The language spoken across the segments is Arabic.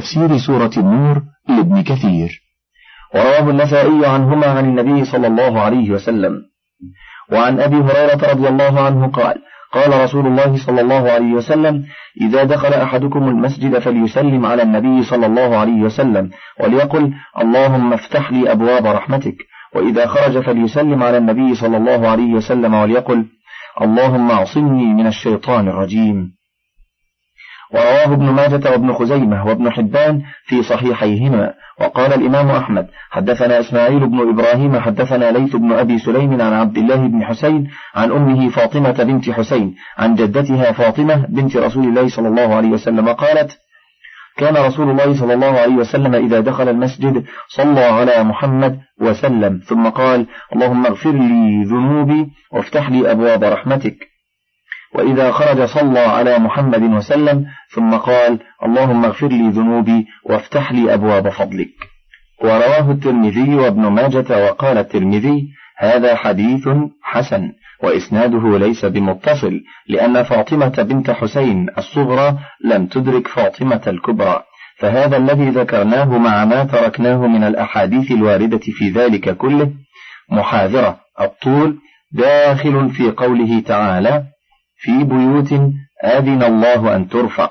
تفسير سورة النور لابن كثير. ورواه النسائي عنهما عن النبي صلى الله عليه وسلم. وعن أبي هريرة رضي الله عنه قال: قال رسول الله صلى الله عليه وسلم: إذا دخل أحدكم المسجد فليسلم على النبي صلى الله عليه وسلم وليقل: اللهم افتح لي أبواب رحمتك. وإذا خرج فليسلم على النبي صلى الله عليه وسلم وليقل: اللهم اعصمني من الشيطان الرجيم. ورواه ابن ماجة وابن خزيمة وابن حبان في صحيحيهما. وقال الإمام أحمد: حدثنا إسماعيل بن إبراهيم حدثنا ليث بن أبي سليم عن عبد الله بن حسين عن أمه فاطمة بنت حسين عن جدتها فاطمة بنت رسول الله صلى الله عليه وسلم قالت: كان رسول الله صلى الله عليه وسلم إذا دخل المسجد صلى على محمد وسلم ثم قال: اللهم اغفر لي ذنوبي وافتح لي أبواب رحمتك. وإذا خرج صلى على محمد وسلم ثم قال: اللهم اغفر لي ذنوبي وافتح لي أبواب فضلك. ورواه الترمذي وابن ماجة. وقال الترمذي: هذا حديث حسن وإسناده ليس بمتصل، لأن فاطمة بنت حسين الصغرى لم تدرك فاطمة الكبرى، فهذا الذي ذكرناه مع ما تركناه من الأحاديث الواردة في ذلك كله محاذرة الطول داخل في قوله تعالى: في بيوت آذن الله أن ترفع.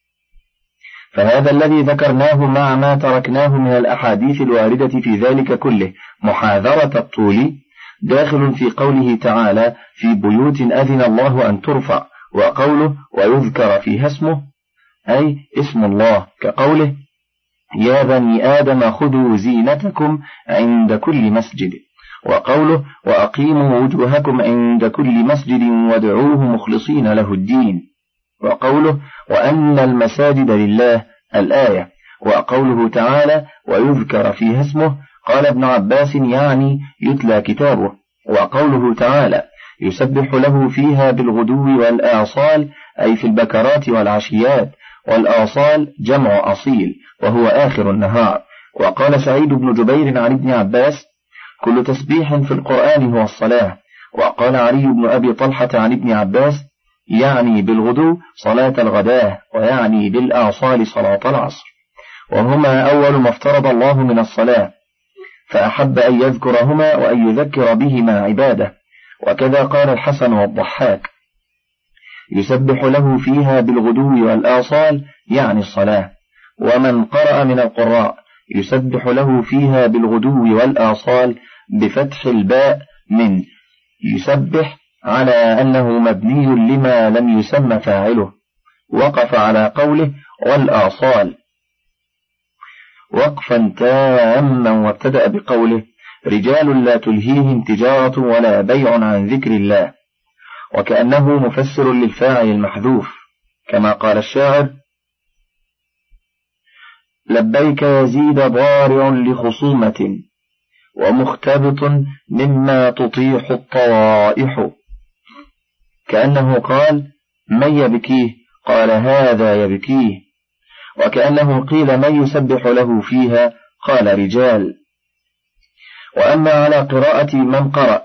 فهذا الذي ذكرناه مع ما تركناه من الأحاديث الواردة في ذلك كله محاذرة الطول داخل في قوله تعالى: في بيوت أذن الله أن ترفع. وقوله: ويذكر فيها اسمه، أي اسم الله، كقوله: يا بني آدم خذوا زينتكم عند كل مسجد. وقوله: وأقيموا وجوهكم عند كل مسجد وادعوه مخلصين له الدين. وقوله: وأن المساجد لله، الآية. وقوله تعالى: ويذكر فيها اسمه، قال ابن عباس يعني يتلى كتابه. وقوله تعالى: يسبح له فيها بالغدو والآصال، أي في البكرات والعشيات، والآصال جمع أصيل وهو آخر النهار. وقال سعيد بن جبير عن ابن عباس: كل تسبيح في القرآن هو الصلاة. وقال علي بن أبي طلحة عن ابن عباس: يعني بالغدو صلاة الغداة، ويعني بالآصال صلاة العصر، وهما أول ما افترض الله من الصلاة، فأحب أن يذكرهما وأن يذكر بهما عباده. وكذا قال الحسن والضحاك: يسبح له فيها بالغدو والآصال، يعني الصلاة. ومن قرأ من القراء: يسبح له فيها بالغدو والآصال بفتح الباء من يسبح، على أنه مبني لما لم يسمى فاعله، وقف على قوله والآصال وقفا تاما، وابتدأ بقوله: رجال لا تلهيهم تجارة ولا بيع عن ذكر الله، وكأنه مفسر للفاعل المحذوف، كما قال الشاعر: لبيك يزيد ضارع لخصومة ومختبط مما تطيح الطوائح. كأنه قال: من يبكيه؟ قال: هذا يبكيه. وكأنه قيل: من يسبح له فيها؟ قال: رجال. وأما على قراءة من قرأ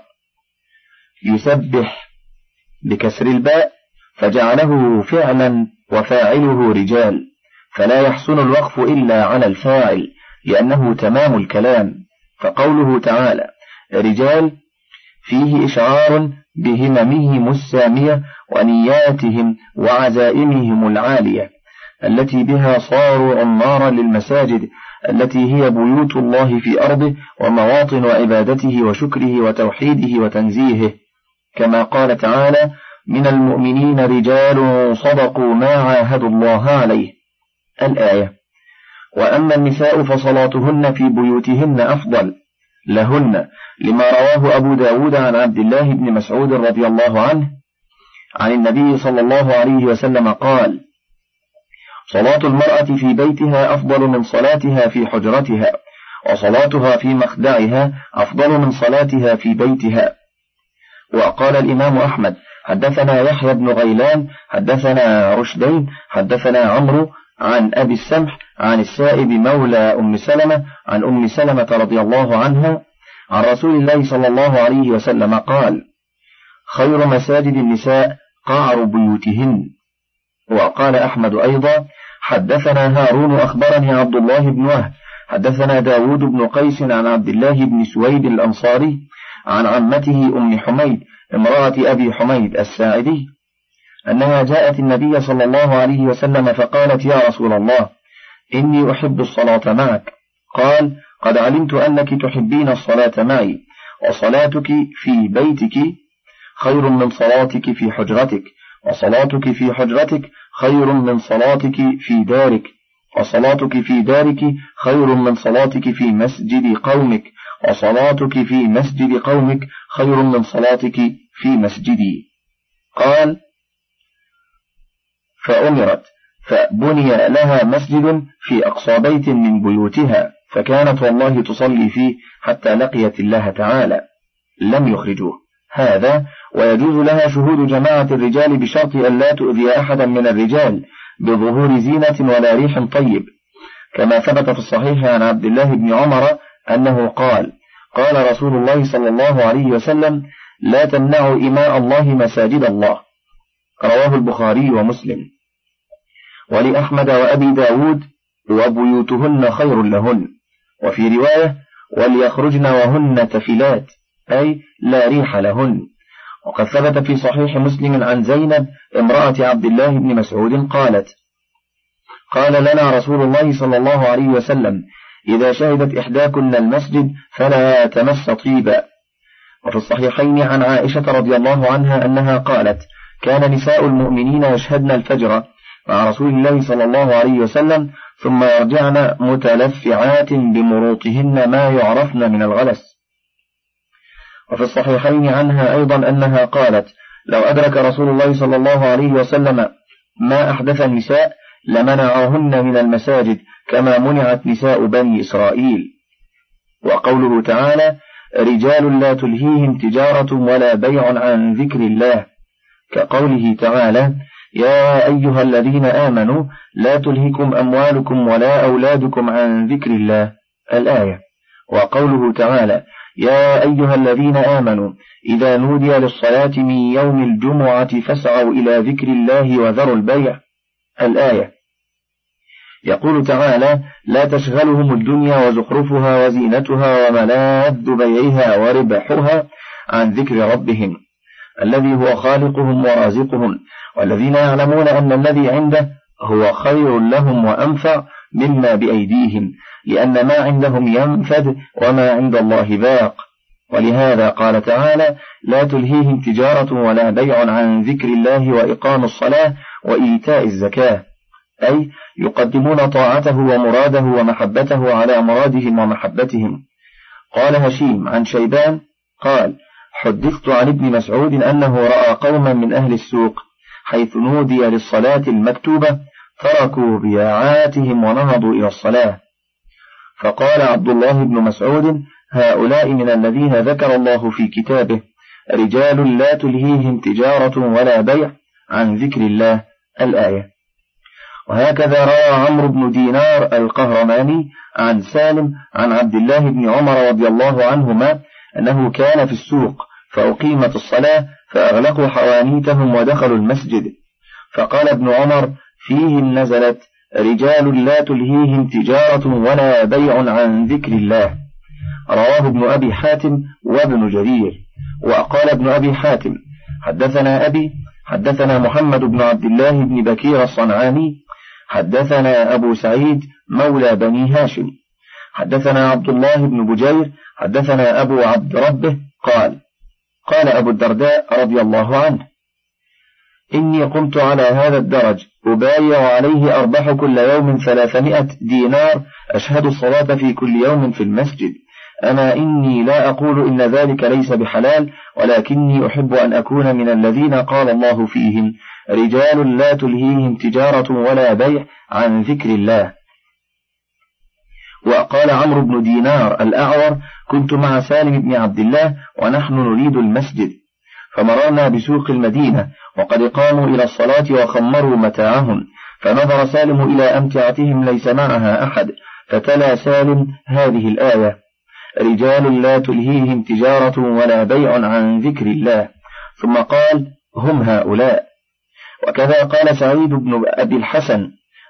يسبح بكسر الباء فجعله فعلا وفاعله رجال، فلا يحسن الوقف إلا على الفاعل لأنه تمام الكلام. فقوله تعالى رجال فيه إشعار بهممهم السامية ونياتهم وعزائمهم العالية، التي بها صاروا عمارا للمساجد التي هي بيوت الله في أرضه ومواطن عبادته وشكره وتوحيده وتنزيهه، كما قال تعالى: من المؤمنين رجال صدقوا ما عاهدوا الله عليه، الآية. وأما النساء فصلاتهن في بيوتهن أفضل لهن، لما رواه أبو داود عن عبد الله بن مسعود رضي الله عنه عن النبي صلى الله عليه وسلم قال: صلاة المرأة في بيتها أفضل من صلاتها في حجرتها، وصلاتها في مخدعها أفضل من صلاتها في بيتها. وقال الإمام أحمد: حدثنا يحيى بن غيلان حدثنا رشدين حدثنا عمرو عن أبي السمح عن السائب مولى أم سلمة عن أم سلمة رضي الله عنها عن رسول الله صلى الله عليه وسلم قال: خير مساجد النساء قعر بيوتهن. وقال أحمد أيضا: حدثنا هارون أخبرني عبد الله بن وهب حدثنا داود بن قيس عن عبد الله بن سويد الأنصاري عن عمته أم حميد امرأة أبي حميد الساعدي أنها جاءت النبي صلى الله عليه وسلم فقالت: يا رسول الله، إني أحب الصلاة معك. قال: قد علمت أنك تحبين الصلاة معي، وصلاتك في بيتك خير من صلاتك في حجرتك، وصلاتك في حجرتك خير من صلاتك في دارك، وصلاتك في دارك خير من صلاتك في مسجد قومك، وصلاتك في مسجد قومك خير من صلاتك في مسجدي. قال: فأمرت فبني لها مسجد في أقصى بيت من بيوتها، فكانت والله تصلي فيه حتى لقيت الله تعالى. لم يخرجوه. هذا ويجوز لها شهود جماعة الرجال بشرط أن لا تؤذي أحدا من الرجال بظهور زينة ولا ريح طيب، كما ثبت في الصحيح عن عبد الله بن عمر أنه قال: قال رسول الله صلى الله عليه وسلم: لا تمنعوا إماء الله مساجد الله. رواه البخاري ومسلم. ولأحمد وأبي داود: وبيوتهن خير لهن. وفي رواية: وليخرجن وهن تفلات، أي لا ريح لهن. وقد ثبت في صحيح مسلم عن زينب امرأة عبد الله بن مسعود قالت: قال لنا رسول الله صلى الله عليه وسلم: إذا شهدت إحداكن المسجد فلا تمس طيبا. وفي الصحيحين عن عائشة رضي الله عنها أنها قالت: كان نساء المؤمنين يشهدن الفجر مع رسول الله صلى الله عليه وسلم ثم يرجعن متلفعات بمروطهن ما يعرفن من الغلس. وفي الصحيحين عنها أيضا أنها قالت: لو أدرك رسول الله صلى الله عليه وسلم ما أحدث النساء لمنعهن من المساجد كما منعت نساء بني إسرائيل. وقوله تعالى: رجال لا تلهيهم تجارة ولا بيع عن ذكر الله، كقوله تعالى: يا أيها الذين آمنوا لا تلهكم أموالكم ولا أولادكم عن ذكر الله، الآية. وقوله تعالى: يا أيها الذين آمنوا إذا نودي للصلاة من يوم الجمعة فاسعوا إلى ذكر الله وذروا البيع، الآية. يقول تعالى: لا تشغلهم الدنيا وزخرفها وزينتها وملاذ بيعها وربحها عن ذكر ربهم الذي هو خالقهم ورازقهم، والذين يعلمون أن الذي عنده هو خير لهم وأنفع مما بأيديهم، لأن ما عندهم ينفد وما عند الله باق. ولهذا قال تعالى: لا تلهيهم تجارة ولا بيع عن ذكر الله وإقام الصلاة وإيتاء الزكاة، أي يقدمون طاعته ومراده ومحبته على مرادهم ومحبتهم. قال هشيم عن شيبان قال: حدثت عن ابن مسعود أنه رأى قوما من أهل السوق حيث نودي للصلاة المكتوبة تركوا بياعاتهم ونهضوا إلى الصلاة، فقال عبد الله بن مسعود: هؤلاء من الذين ذكر الله في كتابه: رجال لا تلهيهم تجارة ولا بيع عن ذكر الله، الآية. وهكذا روى عمرو بن دينار القهرماني عن سالم عن عبد الله بن عمر رضي الله عنهما أنه كان في السوق فأقيمت الصلاة فأغلقوا حوانيتهم ودخلوا المسجد، فقال ابن عمر: فيهم نزلت: رجال لا تلهيهم تجارة ولا بيع عن ذكر الله. رواه ابن أبي حاتم وابن جرير. وقال ابن أبي حاتم: حدثنا أبي حدثنا محمد بن عبد الله بن بكير الصنعاني حدثنا أبو سعيد مولى بني هاشم حدثنا عبد الله بن بجير حدثنا أبو عبد ربه قال: قال أبو الدرداء رضي الله عنه: إني قمت على هذا الدرج أبايع عليه أربح كل يوم 300 دينار أشهد الصلاة في كل يوم في المسجد. أما إني لا أقول إن ذلك ليس بحلال، ولكني أحب أن أكون من الذين قال الله فيهم: رجال لا تلهيهم تجارة ولا بيع عن ذكر الله. وقال عمرو بن دينار الأعور: كنت مع سالم بن عبد الله ونحن نريد المسجد، فمررنا بسوق المدينة وقد قاموا إلى الصلاة وخمروا متاعهم، فنظر سالم إلى أمتعتهم ليس معها أحد، فتلا سالم هذه الآية: رجال لا تلهيهم تجارة ولا بيع عن ذكر الله، ثم قال: هم هؤلاء. وكذا قال سعيد بن أبي الحسن: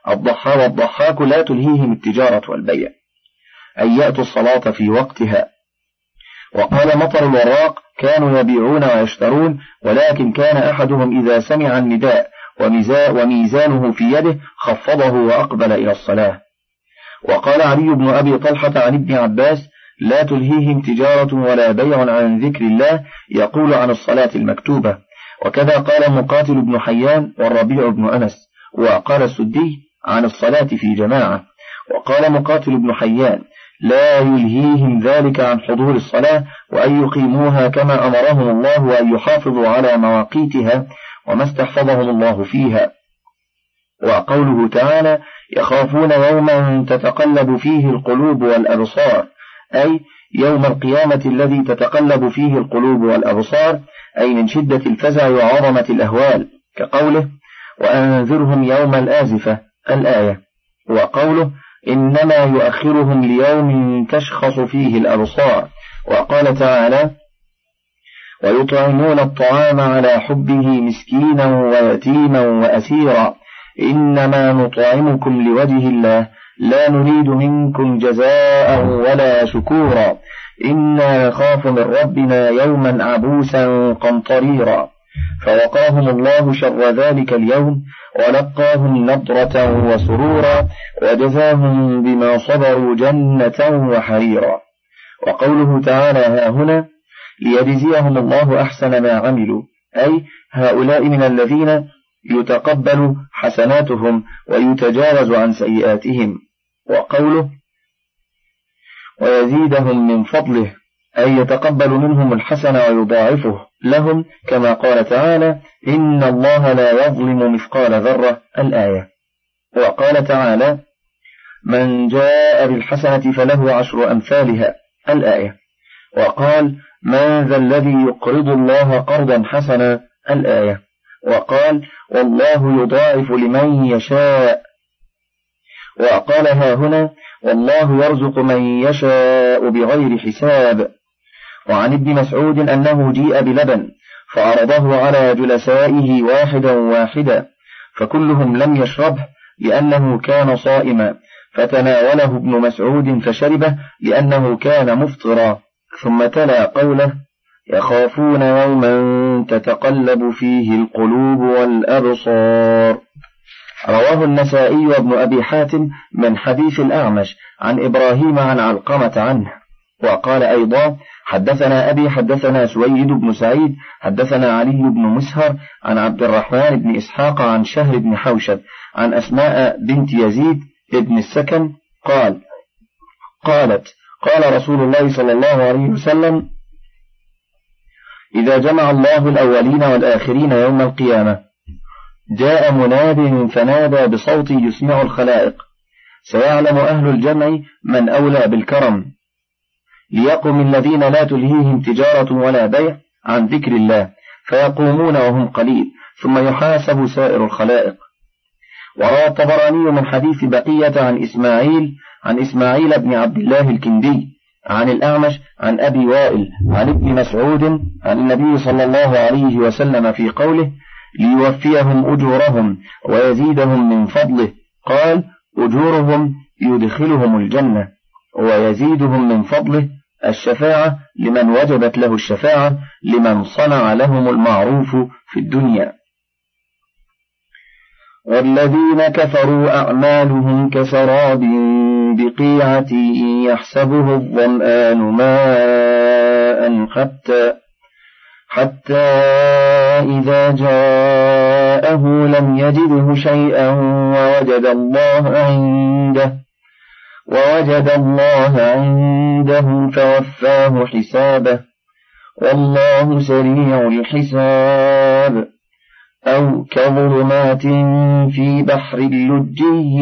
والضحاك لا تلهيهم التجارة والبيع، أي يأتوا الصلاة في وقتها. وقال مطر الوراق: كانوا يبيعون ويشترون، ولكن كان أحدهم إذا سمع النداء وميزانه في يده خفضه وأقبل إلى الصلاة. وقال علي بن أبي طلحة عن ابن عباس: لا تلهيهم تجارة ولا بيع عن ذكر الله، يقول عن الصلاة المكتوبة. وكذا قال مقاتل بن حيان والربيع بن أنس. وقال السدي عن الصلاة في جماعة. وقال مقاتل بن حيان: لا يلهيهم ذلك عن حضور الصلاة، وأن يقيموها كما أمرهم الله، وأن يحافظوا على مواقيتها وما استحفظهم الله فيها. وقوله تعالى: يخافون يوما تتقلب فيه القلوب والأبصار، أي يوم القيامة الذي تتقلب فيه القلوب والأبصار، أي من شدة الفزع وعظمة الأهوال، كقوله: وأنذرهم يوم الآزفة، الآية. وقوله: إنما يؤخرهم ليوم تشخص فيه الأبصار. وقال تعالى: ويطعمون الطعام على حبه مسكينا ويتيما وأسيرا، إنما نطعمكم لوجه الله لا نريد منكم جزاء ولا شكورا، إنا نخاف من ربنا يوما عبوسا قمطريرا. فوقاهم الله شر ذلك اليوم، ولقاهم نضرة وسرورا، وجزاهم بما صبروا جنة وحريرا. وقوله تعالى ها هنا: ليجزيهم الله أحسن ما عملوا، أي هؤلاء من الذين يتقبل حسناتهم ويتجاوز عن سيئاتهم. وقوله: ويزيدهم من فضله، أي يتقبل منهم الحسن ويضاعفه لهم، كما قال تعالى: إن الله لا يظلم مثقال ذرة، الآية. وقال تعالى: من جاء بالحسنة فله 10 أمثالها، الآية. وقال: من ذا الذي يقرض الله قرضا حسنا، الآية. وقال: والله يضاعف لمن يشاء. وقال ها هنا: والله يرزق من يشاء بغير حساب. وعن ابن مسعود أنه جيء بلبن فعرضه على جلسائه واحدا واحدا، فكلهم لم يشربه لأنه كان صائما، فتناوله ابن مسعود فشربه لأنه كان مفطرا، ثم تلا قوله: يخافون يوما تتقلب فيه القلوب والأبصار. رواه النسائي وابن أبي حاتم من حديث الأعمش عن إبراهيم عن علقمة عنه. وقال أيضا: حدثنا أبي حدثنا سويد بن سعيد حدثنا علي بن مسهر عن عبد الرحمن بن إسحاق عن شهر بن حوشب عن أسماء بنت يزيد ابن السكن قالت: قال رسول الله صلى الله عليه وسلم: إذا جمع الله الأولين والآخرين يوم القيامة جاء مناد فنادى بصوت يسمع الخلائق، سيعلم أهل الجمع من أولى بالكرم، ليقم الذين لا تلهيهم تجارة ولا بيع عن ذكر الله، فيقومون وهم قليل، ثم يحاسب سائر الخلائق. وروى الطبراني من حديث بقية عن إسماعيل بن عبد الله الكندي عن الأعمش عن أبي وائل عن ابن مسعود عن النبي صلى الله عليه وسلم في قوله: ليوفيهم أجورهم ويزيدهم من فضله، قال: أجورهم يدخلهم الجنة، ويزيدهم من فضله الشفاعة لمن وجبت له الشفاعة لمن صنع لهم المعروف في الدنيا. والذين كفروا أعمالهم كسراب بقيعة يحسبه الظمآن ماء حتى إذا جاءه لم يجده شيئا ووجد الله عنده فوفاه حسابه، والله سريع الحساب. أو كظلمات في بحر لجي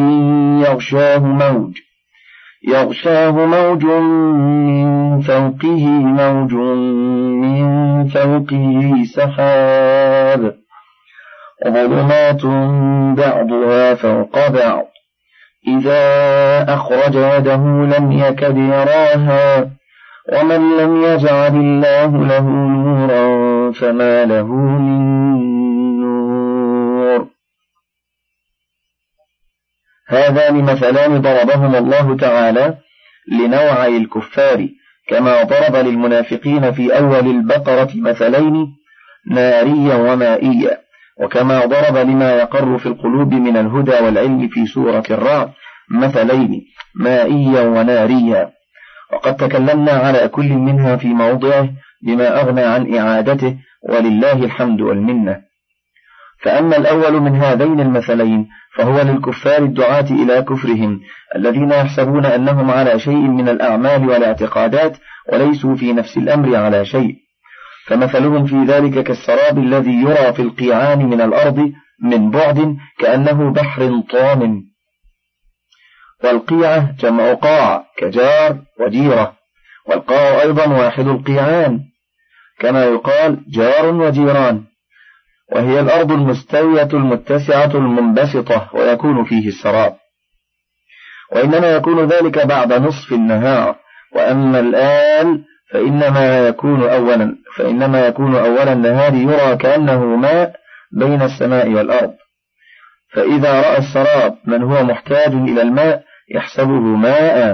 يغشاه موج من فوقه موج من فوقه سحاب، ظلمات بعضها فوق بعض، إذا أخرج يده لم يكد يراها، ومن لم يجعل الله له نورا فما له من نور. هذان مثلان ضربهما الله تعالى لنوعي الكفار، كما ضرب للمنافقين في أول البقرة مثلين ناريا ومائيا، وكما ضرب لما يقر في القلوب من الهدى والعلم في سورة الرعد مثلين مائيا وناريا. وقد تكلمنا على كل منها في موضعه بما أغنى عن إعادته، ولله الحمد والمنة. فأما الأول من هذين المثلين فهو للكفار الدعاة إلى كفرهم، الذين يحسبون أنهم على شيء من الأعمال والاعتقادات وليسوا في نفس الأمر على شيء، فمثلهم في ذلك كالسراب الذي يرى في القيعان من الأرض من بعد كأنه بحر طام. والقيعة جمع قاع كجار وجيرة، والقاع أيضا واحد القيعان، كما يقال جار وجيران، وهي الأرض المستوية المتسعة المنبسطة ويكون فيه السراب، وإنما يكون ذلك بعد نصف النهار. وأما الآن فإنما يكون أول النهار يرى كأنه ماء بين السماء والأرض، فإذا رأى السراب من هو محتاج إلى الماء يحسبه ماء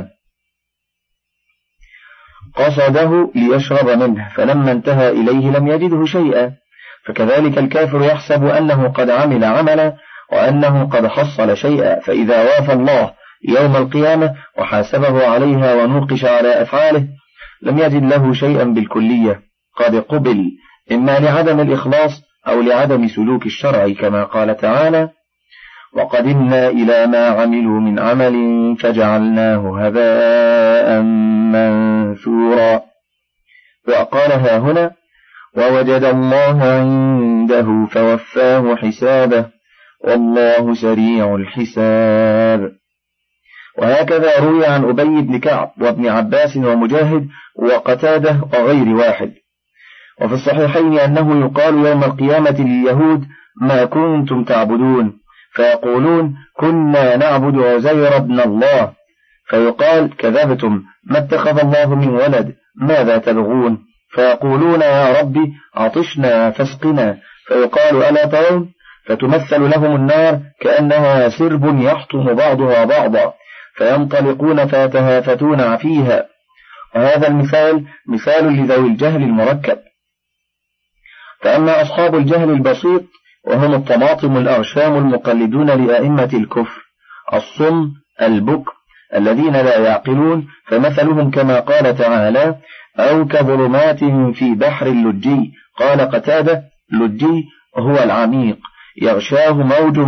قصده ليشرب منه، فلما انتهى إليه لم يجده شيئا. فكذلك الكافر يحسب أنه قد عمل عملا وأنه قد حصل شيئا، فإذا وافى الله يوم القيامة وحاسبه عليها ونوقش على أفعاله لم يجد له شيئا بالكلية قد قبل، إما لعدم الإخلاص أو لعدم سلوك الشرع، كما قال تعالى: وقدمنا إلى ما عملوا من عمل فجعلناه هباء منثورا. وقالها هنا: ووجد الله عنده فوفاه حسابه والله سريع الحساب. وهكذا روي عن أبي بن كعب وابن عباس ومجاهد وقتاده وغير واحد. وفي الصحيحين أنه يقال يوم القيامة لليهود: ما كنتم تعبدون؟ فيقولون: كنا نعبد عزير بن الله. فيقال: كذبتم، ما اتخذ الله من ولد، ماذا تبغون؟ فيقولون: يا ربي عطشنا فاسقنا. فيقال: ألا ترون؟ فتمثل لهم النار كأنها سرب يحطم بعضها بعضا، فينطلقون فيتهافتون فيها. وهذا المثال مثال لذوي الجهل المركب. فأما أصحاب الجهل البسيط وهم الطماطم الأغشام المقلدون لأئمة الكفر الصم البكم الذين لا يعقلون، فمثلهم كما قال تعالى: أو كظلمات في بحر اللجي. قال قتادة: لجي هو العميق، يغشاه موج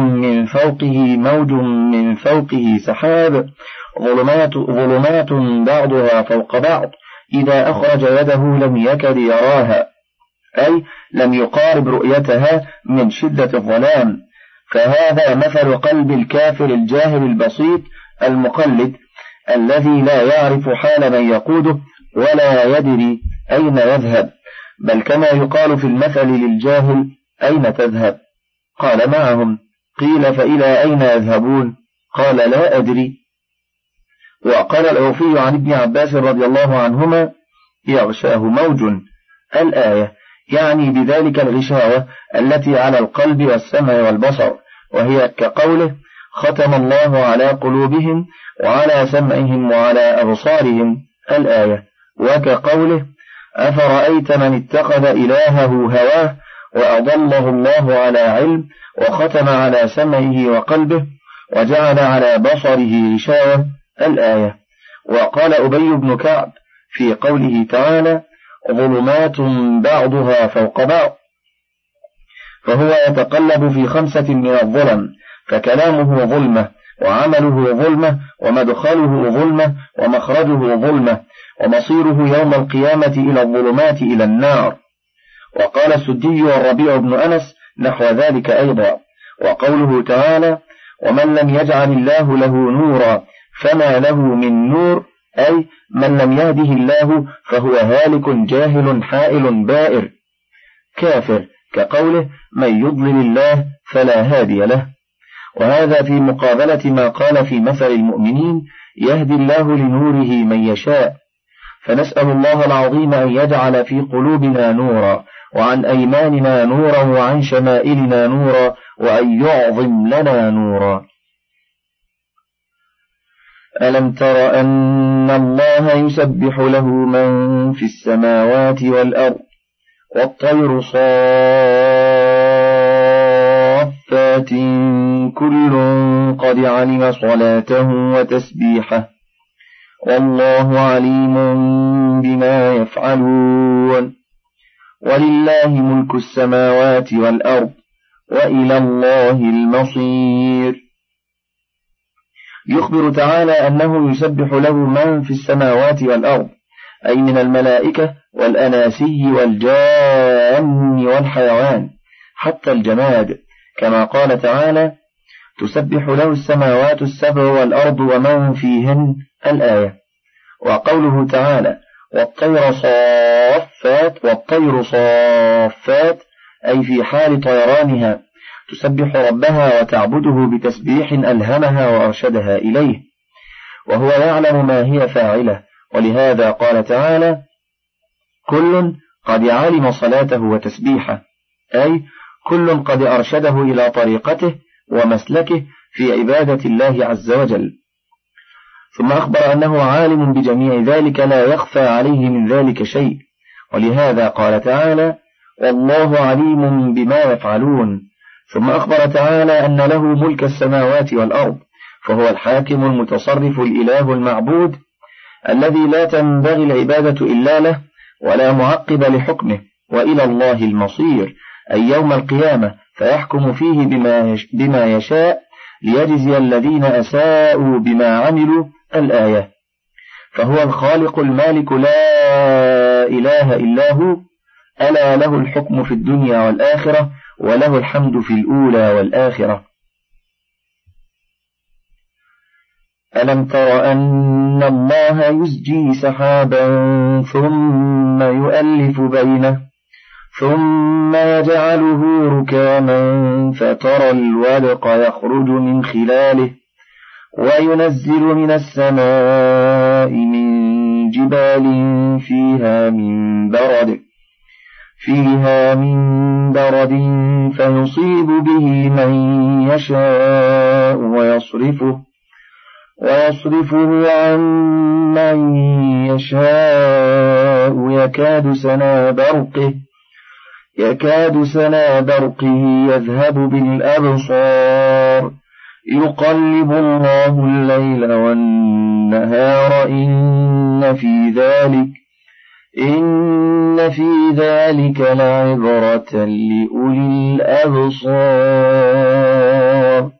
من فوقه سحاب، ظلمات بعضها فوق بعض، إذا أخرج يده لم يكد يراها، أي لم يقارب رؤيتها من شدة الظلام. فهذا مثل قلب الكافر الجاهل البسيط المقلد الذي لا يعرف حال من يقوده ولا يدري أين يذهب، بل كما يقال في المثل للجاهل: أين تذهب؟ قال: معهم. قيل: فإلى أين يذهبون؟ قال: لا أدري. وقال الأوفي عن ابن عباس رضي الله عنهما: يغشاه موج، الآية، يعني بذلك الغشاوة التي على القلب والسمع والبصر، وهي كقوله: ختم الله على قلوبهم وعلى سمعهم وعلى أبصارهم، الآية، وكقوله: أفرأيت من اتخذ إلهه هواه وأضله الله على علم وختم على سمعه وقلبه وجعل على بصره غشاوة، الآية. وقال أبي بن كعب في قوله تعالى: ظلمات بعضها فوق بعض، فهو يتقلب في 5 من الظلم، فكلامه ظلمة، وعمله ظلمة، ومدخله ظلمة، ومخرجه ظلمة، ومصيره يوم القيامة إلى الظلمات إلى النار. وقال السدي والربيع بن أنس نحو ذلك أيضا. وقوله تعالى: ومن لم يجعل الله له نورا فما له من نور، أي من لم يهده الله فهو هالك جاهل حائل بائر كافر، كقوله: من يضلل الله فلا هادي له. وهذا في مقابلة ما قال في مثل المؤمنين: يهدي الله لنوره من يشاء. فنسأل الله العظيم أن يجعل في قلوبنا نورا، وعن أيماننا نورا، وعن شمائلنا نورا، وأن يعظم لنا نورا. ألم تر أن الله يسبح له من في السماوات والأرض والطير صافات كل قد علم صلاته وتسبيحه والله عليم بما يفعلون ولله ملك السماوات والأرض وإلى الله المصير. يخبر تعالى أنه يسبح له من في السماوات والأرض، أي من الملائكة والأناسي والجان والحيوان حتى الجماد، كما قال تعالى تسبح له السماوات السبع والأرض ومن فيهن الآية. وقوله تعالى والطير صافات أي في حال طيرانها تسبح ربها وتعبده بتسبيح ألهمها وأرشدها إليه، وهو يعلم ما هي فاعلة، ولهذا قال تعالى كل قد علم صلاته وتسبيحه، أي كل قد أرشده إلى طريقته ومسلكه في عبادة الله عز وجل. ثم أخبر أنه عالم بجميع ذلك لا يخفى عليه من ذلك شيء، ولهذا قال تعالى والله عليم بما يفعلون. ثم أخبر تعالى أن له ملك السماوات والأرض، فهو الحاكم المتصرف الإله المعبود الذي لا تنبغي العبادة إلا له ولا معقب لحكمه، وإلى الله المصير أي يوم القيامة، فيحكم فيه بما يشاء ليجزي الذين أساءوا بما عملوا الآية. فهو الخالق المالك لا إله إلا هو، ألا له الحكم في الدنيا والآخرة وله الحمد في الأولى والآخرة. ألم تر أن الله يزجي سحابا ثم يؤلف بينه ثم يجعله ركاما فترى الودق يخرج من خلاله وينزل من السماء من جبال فيها من برد فيصيب به من يشاء ويصرفه عن من يشاء يكاد سنا برقه يذهب بالأبصار يقلب الله الليل والنهار إن في ذلك لعبرة لأولي الأبصار.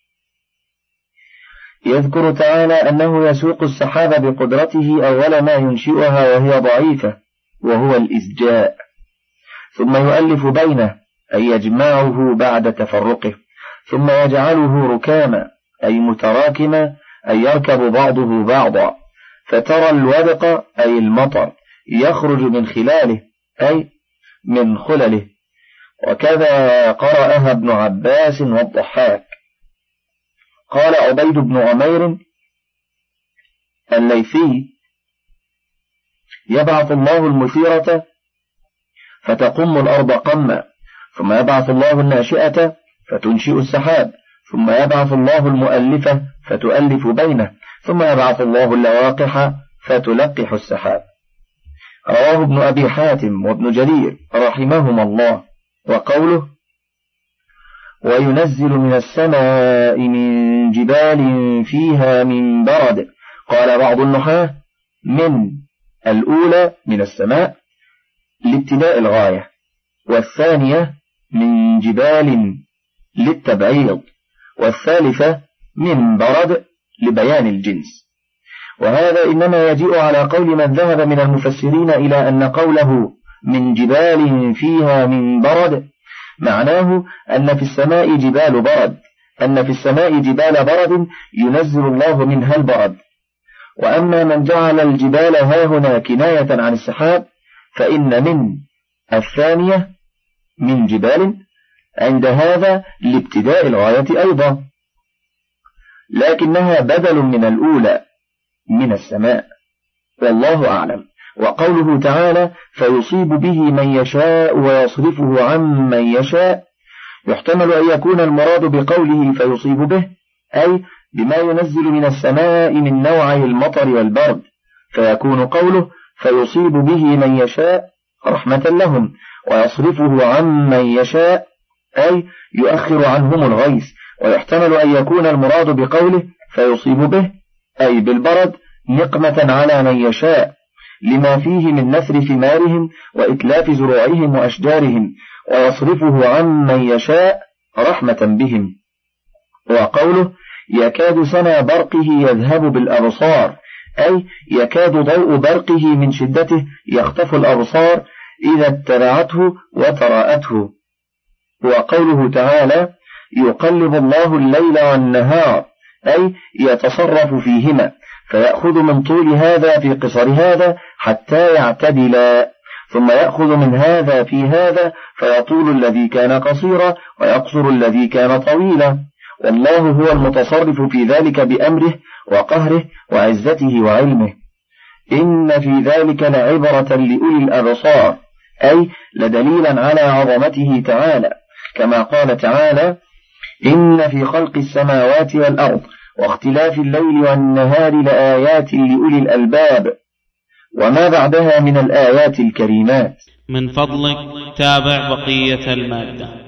يذكر تعالى أنه يسوق السحاب بقدرته أول ما ينشئها وهي ضعيفة وهو الإزجاء، ثم يؤلف بينه أي يجمعه بعد تفرقه، ثم يجعله ركاما أي متراكما أي يركب بعضه بعضا، فترى الودق أي المطر يخرج من خلاله أي من خلله. وكذا قرأها ابن عباس والضحاك. قال عبيد بن عمير الليثي يبعث الله المثيرة فتقم الأرض قما، ثم يبعث الله الناشئة فتنشئ السحاب، ثم يبعث الله المؤلفة فتؤلف بينه، ثم يبعث الله اللواقح فتلقح السحاب. رواه ابن أبي حاتم وابن جرير رحمهما الله. وقوله وينزل من السماء من جبال فيها من برد، قال بعض النحاة من الأولى من السماء لابتداء الغاية، والثانية من جبال للتبعيض، والثالثة من برد لبيان الجنس. وهذا إنما يجيء على قول من ذهب من المفسرين إلى أن قوله من جبال فيها من برد معناه أن في السماء جبال برد ينزل الله منها البرد. وأما من جعل الجبال هاهنا كناية عن السحاب فإن من الثانية من جبال عند هذا لابتداء الغاية أيضا، لكنها بدل من الأولى من السماء، والله أعلم. وقوله تعالى فيصيب به من يشاء ويصرفه عن من يشاء، يحتمل أن يكون المراد بقوله فيصيب به أي بما ينزل من السماء من نوعي المطر والبرد، فيكون قوله فيصيب به من يشاء رحمة لهم، ويصرفه عن من يشاء أي يؤخر عنهم الغيث. ويحتمل أن يكون المراد بقوله فيصيب به أي بالبرد نقمة على من يشاء، لما فيه من نثر ثمارهم وإتلاف زروعهم وأشجارهم، ويصرفه عن من يشاء رحمة بهم. وقوله يكاد سنا برقه يذهب بالأبصار أي يكاد ضوء برقه من شدته يخطف الأبصار إذا اتبعته وتراءته. وقوله تعالى يقلب الله الليل والنهار أي يتصرف فيهما، فيأخذ من طول هذا في قصر هذا حتى يعتدلا، ثم يأخذ من هذا في هذا فيطول الذي كان قصيرا ويقصر الذي كان طويلا، والله هو المتصرف في ذلك بأمره وقهره وعزته وعلمه. إن في ذلك لعبرة لأولي الأبصار أي لدليلا على عظمته تعالى، كما قال تعالى إن في خلق السماوات والأرض واختلاف الليل والنهار لآيات لأولي الألباب، وما بعدها من الآيات الكريمات. من فضلك تابع بقية المادة.